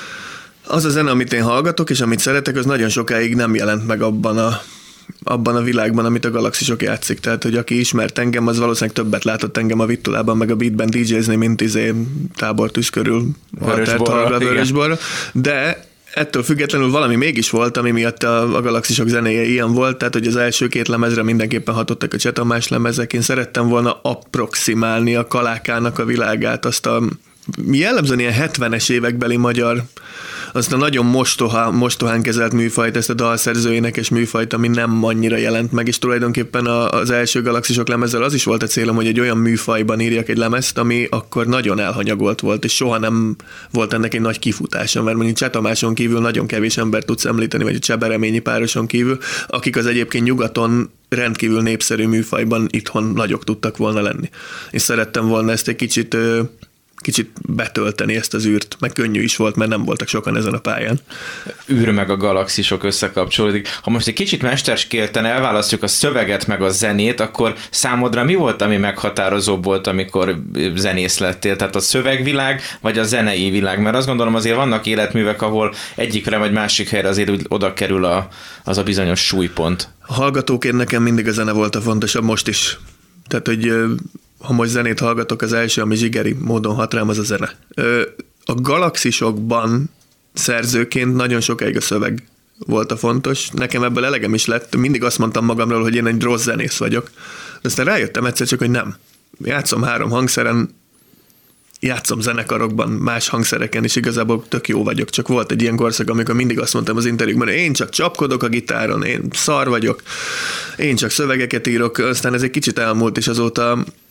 Speaker 4: az a zene, amit én hallgatok, és amit szeretek, az nagyon sokáig nem jelent meg abban a, abban a világban, amit a Galaxisok játszik. Tehát, hogy aki ismert engem, az valószínűleg többet látott engem a Vittulában, meg a Beatben dé jézni, mint izé tábortűz körül Vörösborra. De ettől függetlenül valami mégis volt, ami miatt a, a Galaxisok zenéje ilyen volt, tehát hogy az első két lemezre mindenképpen hatottak a Cseh Tamás lemezek. Én szerettem volna approximálni a Kalákának a világát, azt a jellemzően ilyen hetvenes évekbeli magyar, azt a nagyon mostoha, mostohán kezelt műfajt, ezt a dalszerző énekes műfajt, ami nem annyira jelent meg, és tulajdonképpen az első Galaxisok lemezzel az is volt a célom, hogy egy olyan műfajban írjak egy lemezt, ami akkor nagyon elhanyagolt volt, és soha nem volt ennek egy nagy kifutása, mert mondjuk Cseh Tamáson kívül nagyon kevés ember tudsz említeni, vagy a Cseh Bereményi pároson kívül, akik az egyébként nyugaton rendkívül népszerű műfajban itthon nagyok tudtak volna lenni. És szerettem volna ezt egy kicsit kicsit betölteni ezt az űrt, meg könnyű is volt, mert nem voltak sokan ezen a pályán.
Speaker 2: Űr meg a Galaxisok összekapcsolódik. Ha most egy kicsit mesterskélten elválasztjuk a szöveget meg a zenét, akkor számodra mi volt, ami meghatározóbb volt, amikor zenész lettél? Tehát a szövegvilág, vagy a zenei világ? Mert azt gondolom azért vannak életművek, ahol egyikre vagy másik helyre azért úgy oda kerül a, az a bizonyos súlypont.
Speaker 4: A hallgatóként nekem mindig a zene volt a fontosabb, most is. Tehát, hogy ha most zenét hallgatok, az első, ami zsigeri módon hat rám, az a zene. A Galaxisokban szerzőként nagyon sokáig a szöveg volt a fontos. Nekem ebből elegem is lett. Mindig azt mondtam magamról, hogy én egy rossz zenész vagyok. De aztán rájöttem egyszer csak, hogy nem. Játszom három hangszeren, játszom zenekarokban, más hangszereken, és igazából tök jó vagyok. Csak volt egy ilyen korszak, amikor mindig azt mondtam az interjúkban, hogy én csak csapkodok a gitáron, én szar vagyok, én csak szövegeket írok, aztán ez egy kicsit elmúlt, és azóta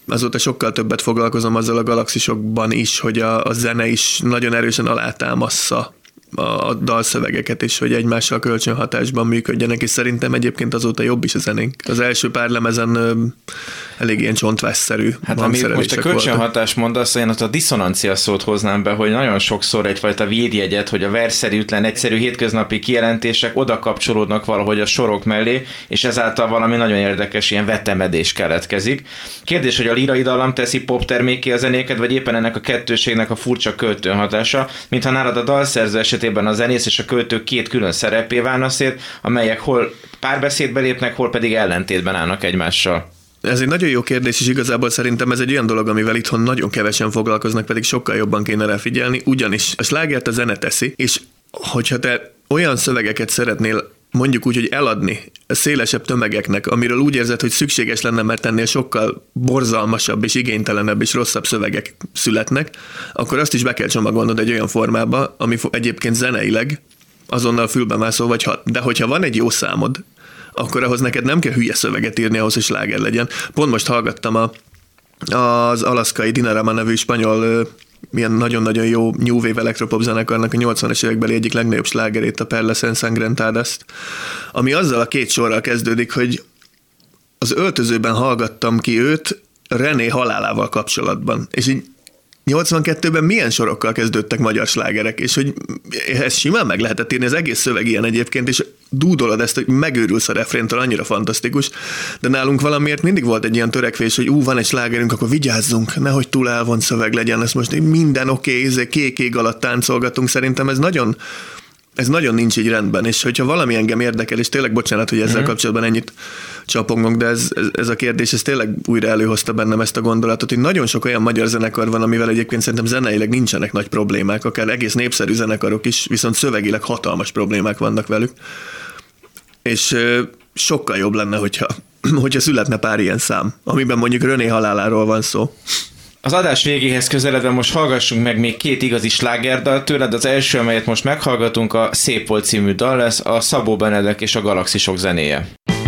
Speaker 4: azóta sokkal többet foglalkozom azzal a galaxisokban is, hogy a, a zene is nagyon erősen alátámassza a dalszövegeket, és hogy egymással kölcsönhatásban működjenek, és szerintem egyébként azóta jobb is a zenénk. Az első pár lemezen ö, elég ilyen csontvászszerű
Speaker 2: hát amit most a kölcsönhatás mondasz, én ott a diszonancia szót hoznám be, hogy nagyon sokszor egyfajta védjegyet, hogy a verszerűtlen, egyszerű hétköznapi kijelentések oda kapcsolódnak valahogy a sorok mellé, és ezáltal valami nagyon érdekes ilyen vetemedés keletkezik. Kérdés, hogy a lírai dallam teszi pop terméké a zenéket, vagy éppen ennek a kettőségnek a furcsa költőhatása, mintha nálad a dalszerző esetében a zenész és a költő két külön szerepé válna szét, amelyek hol párbeszédbe lépnek, hol pedig ellentétben állnak egymással.
Speaker 4: Ez egy nagyon jó kérdés, és igazából szerintem ez egy olyan dolog, amivel itthon nagyon kevesen foglalkoznak, pedig sokkal jobban kéne rá figyelni, ugyanis a slágert a zene teszi, és hogyha te olyan szövegeket szeretnél mondjuk úgy, hogy eladni a szélesebb tömegeknek, amiről úgy érzed, hogy szükséges lenne, mert ennél sokkal borzalmasabb és igénytelenebb és rosszabb szövegek születnek, akkor azt is be kell csomagolnod egy olyan formába, ami egyébként zeneileg azonnal fülbemászó vagy hat. De hogyha van egy jó számod, akkor ahhoz neked nem kell hülye szöveget írni ahhoz, hogy sláger legyen. Pont most hallgattam a, az alaszkai Dinarama nevű spanyol milyen nagyon-nagyon jó New Wave elektropop zenekarnak a nyolcvanas évekbeli egyik legnagyobb slágerét, a Perlas Ensangrentadas, ami azzal a két sorral kezdődik, hogy az öltözőben hallgattam ki őt René halálával kapcsolatban, és így nyolcvankettőben milyen sorokkal kezdődtek magyar slágerek, és hogy ezt simán meg lehetett írni, az egész szöveg ilyen egyébként, és dúdolod ezt, hogy megőrülsz a refréntől, annyira fantasztikus, de nálunk valamiért mindig volt egy ilyen törekvés, hogy ú, van egy slágerünk, akkor vigyázzunk, nehogy túl elvont szöveg legyen, ezt most minden oké, okay, kék ég alatt táncolgatunk, szerintem ez nagyon Ez nagyon nincs így rendben, és hogyha valami engem érdekel, és tényleg bocsánat, hogy ezzel mm-hmm. kapcsolatban ennyit csapongunk, de ez, ez, ez a kérdés, ez tényleg újra előhozta bennem ezt a gondolatot, hogy nagyon sok olyan magyar zenekar van, amivel egyébként szerintem zeneileg nincsenek nagy problémák, akár egész népszerű zenekarok is, viszont szövegileg hatalmas problémák vannak velük. És ö, sokkal jobb lenne, hogyha, hogyha születne pár ilyen szám, amiben mondjuk René haláláról van szó.
Speaker 2: Az adás végéhez közeledve most hallgassunk meg még két igazi slágerdal tőled. Az első, amelyet most meghallgatunk, a Szép volt című dal lesz, a Szabó Benedek és a Galaxisok zenéje.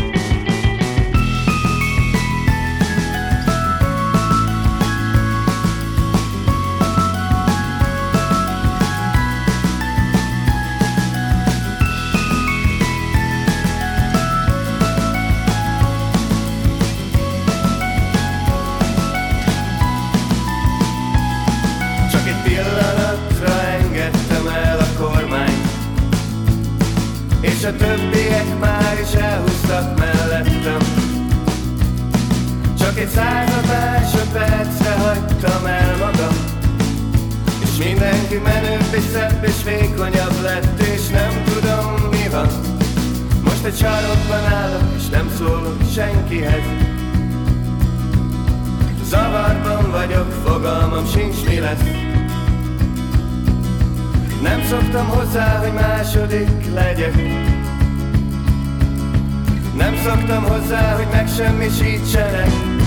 Speaker 3: És a többiek már is elhúztak mellettem. Csak egy század másodpercre hagytam el magam, és mindenki menőbb és szebb és vékonyabb lett, és nem tudom mi van. Most egy sarokban állok, és nem szólok senkihez. Zavarban vagyok, fogalmam sincs mi lesz. Nem szoktam hozzá, hogy második legyek. Nem szoktam hozzá, hogy megsemmisítsenek.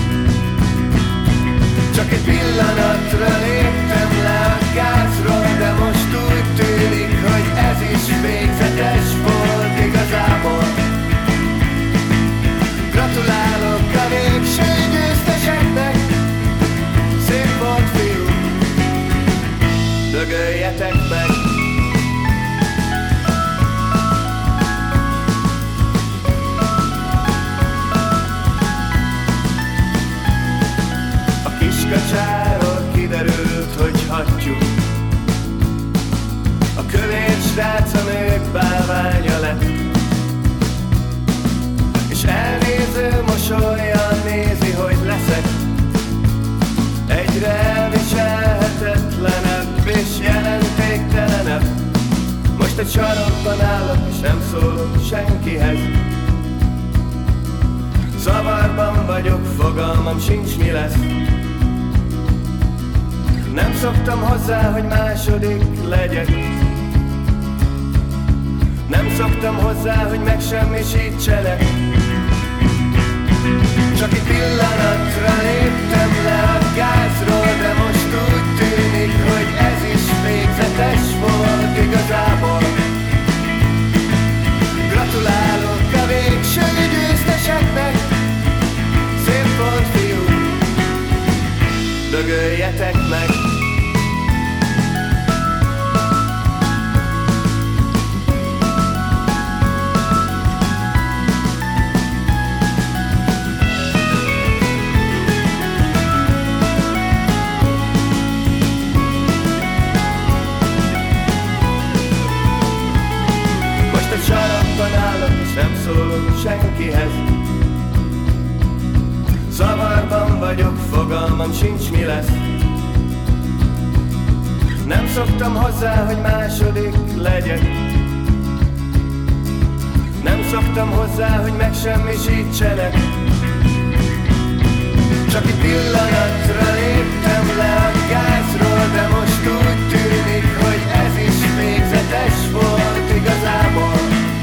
Speaker 3: Csak egy pillanatra léptem le a gázról, de most úgy tűnik, hogy ez is végzetes volt igazából. Gratulálok a végső győzteseknek. Szép volt, fiú, dögöljetek meg. Kacsáról kiderült, hogy hattyú. A kövér srác a nők bálványa lett, és elnéző mosolyan nézi, hogy leszek egyre elviselhetetlenebb és jelentéktelenebb. Most egy sarokban állok, és nem szólok senkihez. Zavarban vagyok, fogalmam sincs mi lesz. Nem szoktam hozzá, hogy második legyek. Nem szoktam hozzá, hogy megsemmisítsenek. Csak egy pillanatra léptem le a gázról, de most úgy tűnik, hogy ez is végzetes volt igazából. Gratulálok a végső győzteseknek. Szép volt, fiú, mindenkihez. Zavarban vagyok, fogalmam sincs mi lesz. Nem szoktam hozzá, hogy második legyek. Nem szoktam hozzá, hogy megsemmisítsenek. Csak egy pillanatra léptem le a gázról, de most úgy tűnik, hogy ez is végzetes volt igazából.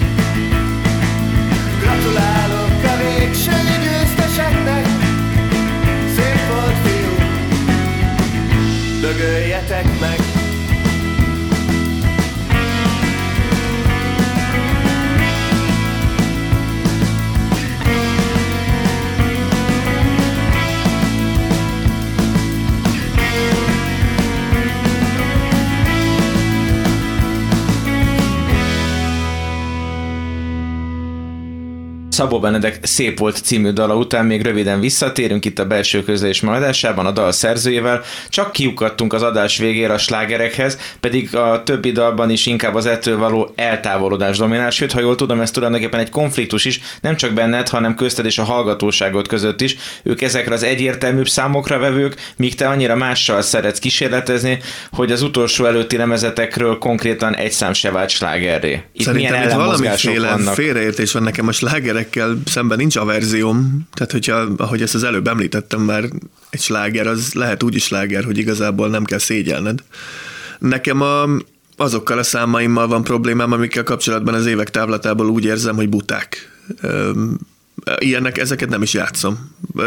Speaker 3: Gratulálok a végső győzteseknek, szép volt fiú, dögöljetek meg.
Speaker 2: Szabó Benedek Szép volt című dala után még röviden visszatérünk itt a belső közlés adásában a dal szerzőjével. Csak kiukadtunk az adás végére a slágerekhez, pedig a többi dalban is inkább az ettől való eltávolodás dominál, sőt, ha jól tudom, ez tulajdonképpen egy konfliktus is, nem csak benned, hanem közted és a hallgatóságot között is. Ők ezekre az egyértelműbb számokra vevők, míg te annyira mással szeretsz kísérletezni, hogy az utolsó előtti lemezetekről konkrétan egy szám se vált slágerré. Itt
Speaker 4: szerintem
Speaker 2: milyen
Speaker 4: itt
Speaker 2: ellenmozgások vannak?
Speaker 4: Félreértés van, nekem a slágerekkel szemben nincs averzióm, tehát hogyha, ahogy ezt az előbb említettem már, egy sláger az lehet úgy is sláger, hogy igazából nem kell szégyelned. Nekem a, azokkal a számaimmal van problémám, amikkel kapcsolatban az évek távlatából úgy érzem, hogy buták. Ilyenek, ezeket nem is játszom.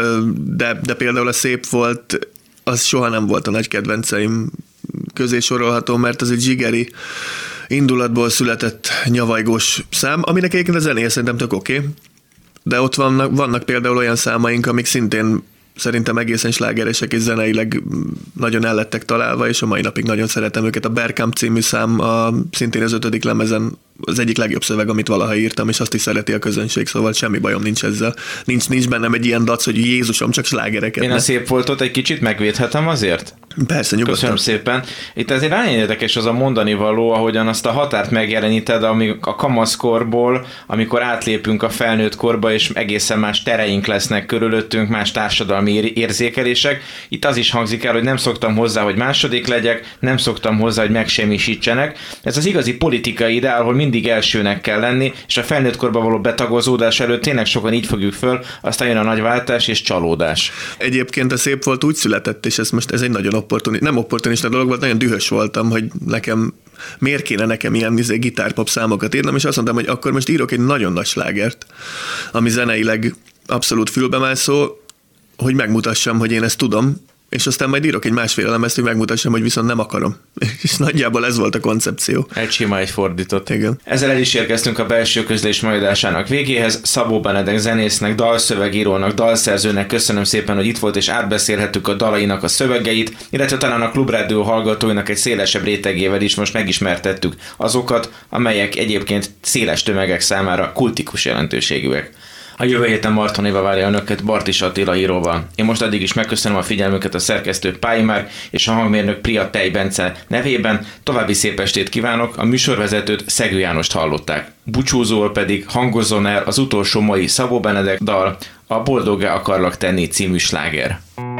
Speaker 4: De, de például a Szép volt, az soha nem volt a nagy kedvenceim közé sorolható, mert az egy zsigeri indulatból született nyavajgós szám, aminek egyébként a zenéje szerintem tök oké, okay. De ott vannak, vannak például olyan számaink, amik szintén szerintem egészen slágeresek és zeneileg nagyon ellettek találva, és a mai napig nagyon szeretem őket. A Bergkamp című szám a, szintén az ötödik lemezen az egyik legjobb szöveg, amit valaha írtam, és azt is szereti a közönség, szóval semmi bajom nincs ezzel. Nincs, nincs bennem egy ilyen dac, hogy Jézusom, csak slágereket.
Speaker 2: Én a Szép voltot egy kicsit megvédhetem azért?
Speaker 4: Persze, nyugodtan.
Speaker 2: Köszönöm szépen. Itt azért nagyon érdekes az a mondani való, ahogyan azt a határt megjeleníted, ami a kamaszkorból, amikor átlépünk a felnőtt korba, és egészen más tereink lesznek körülöttünk, más társadalmi érzékelések. Itt az is hangzik el, hogy nem szoktam hozzá, hogy második legyek, nem szoktam hozzá, hogy megsemmisítsenek. Ez az igazi politikai ideál, ahol mindig elsőnek kell lenni, és a felnőtt korba való betagozódás előtt tényleg sokan így fogjuk föl, aztán jön a nagy váltás és csalódás.
Speaker 4: Egyébként a Szép volt úgy született, és ez most ez egy nagyon opportuni, nem opportunista dolog volt, nagyon dühös voltam, hogy nekem miért kéne nekem ilyen izé, gitárpop számokat írnom, és azt mondtam, hogy akkor most írok egy nagyon nagy slágert, ami zeneileg abszolút fülbemászó, hogy megmutassam, hogy én ezt tudom, és aztán majd írok egy másfél lemezt, hogy megmutassam, hogy viszont nem akarom. És nagyjából ez volt a koncepció.
Speaker 2: Egy sima, egy fordított.
Speaker 4: Igen.
Speaker 2: Ezzel el is érkeztünk a belső közlés adásának végéhez. Szabó Benedek zenésznek, dalszövegírónak, dalszerzőnek köszönöm szépen, hogy itt volt, és átbeszélhettük a dalainak a szövegeit, illetve talán a Klubrádió hallgatóinak egy szélesebb rétegével is most megismertettük azokat, amelyek egyébként széles tömegek számára kultikus jelentőségűek. A jövő héten Marton Éva várja önöket Bartis Attila íróval. Én most addig is megköszönöm a figyelmüket a szerkesztő Pályi Márk és a hangmérnök Pria Tej Bence nevében. További szép estét kívánok, a műsorvezetőt Szegő Jánost hallották. Búcsúzóul pedig hangozzon el az utolsó mai Szabó Benedek dal, a Boldoggá akarlak tenni című sláger.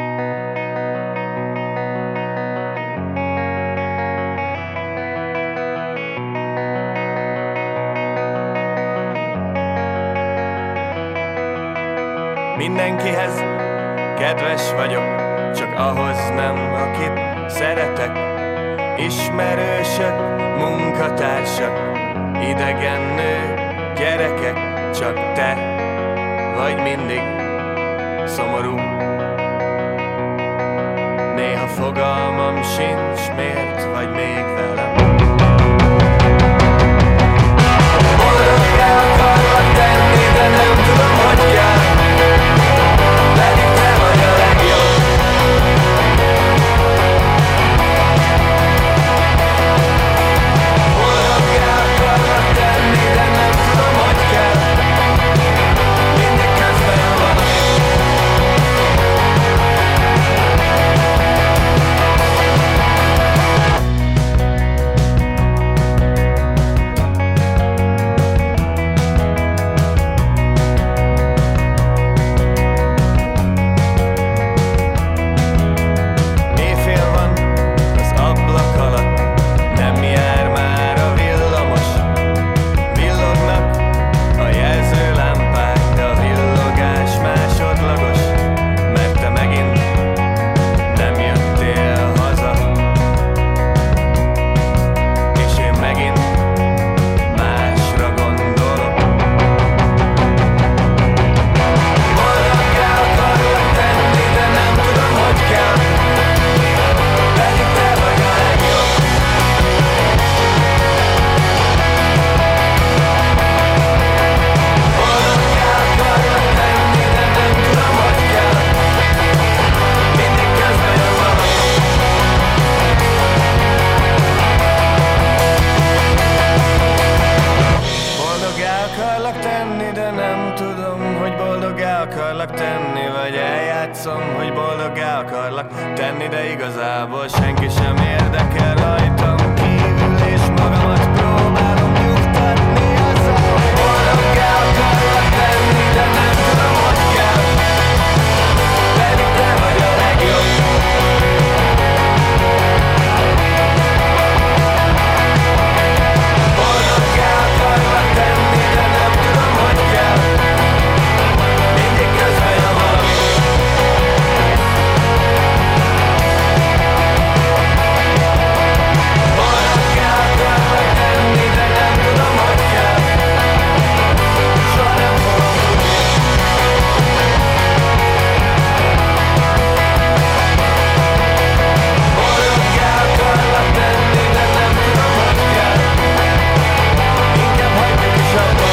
Speaker 3: Mindenkihez kedves vagyok, csak ahhoz nem, akit szeretek. Ismerősök, munkatársak, idegen nő, gyerekek, csak te vagy mindig szomorú. Néha fogalmam sincs, miért vagy még velem. Boldoggá akarlak tenni, de nem tudom, hogy kell. Pedig te vagy a legjobb. Boldoggá akarlak tenni, de nem tudom, hogy kell. Mindig közben valami. tenni, de igazából senki sem érdekel rajtam kívül, és magamat próbálom nyugtatni azzal, hogy boldoggá akarlak tenni, de nem tudom, hogy kell, pedig te vagy a legjobb. Boldoggá akarlak tenni, de nem tudom, hogy kell, mindig közben van. Boldoggá akarlak tenni, de nem tudom, hogy kell, soha nem fogom tudni. Boldoggá akarlak tenni, de nem tudom, hogy kell, inkább hagyjuk is abba.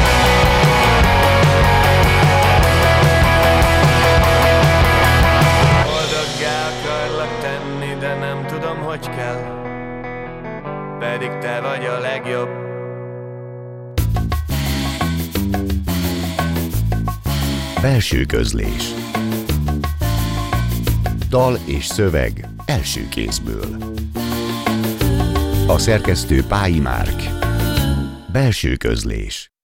Speaker 3: Boldoggá akarlak tenni, de nem tudom, hogy kell, pedig te vagy a legjobb.
Speaker 1: Belső közlés. Dal és szöveg első kézből. A szerkesztő Pályi Márk. Belső közlés.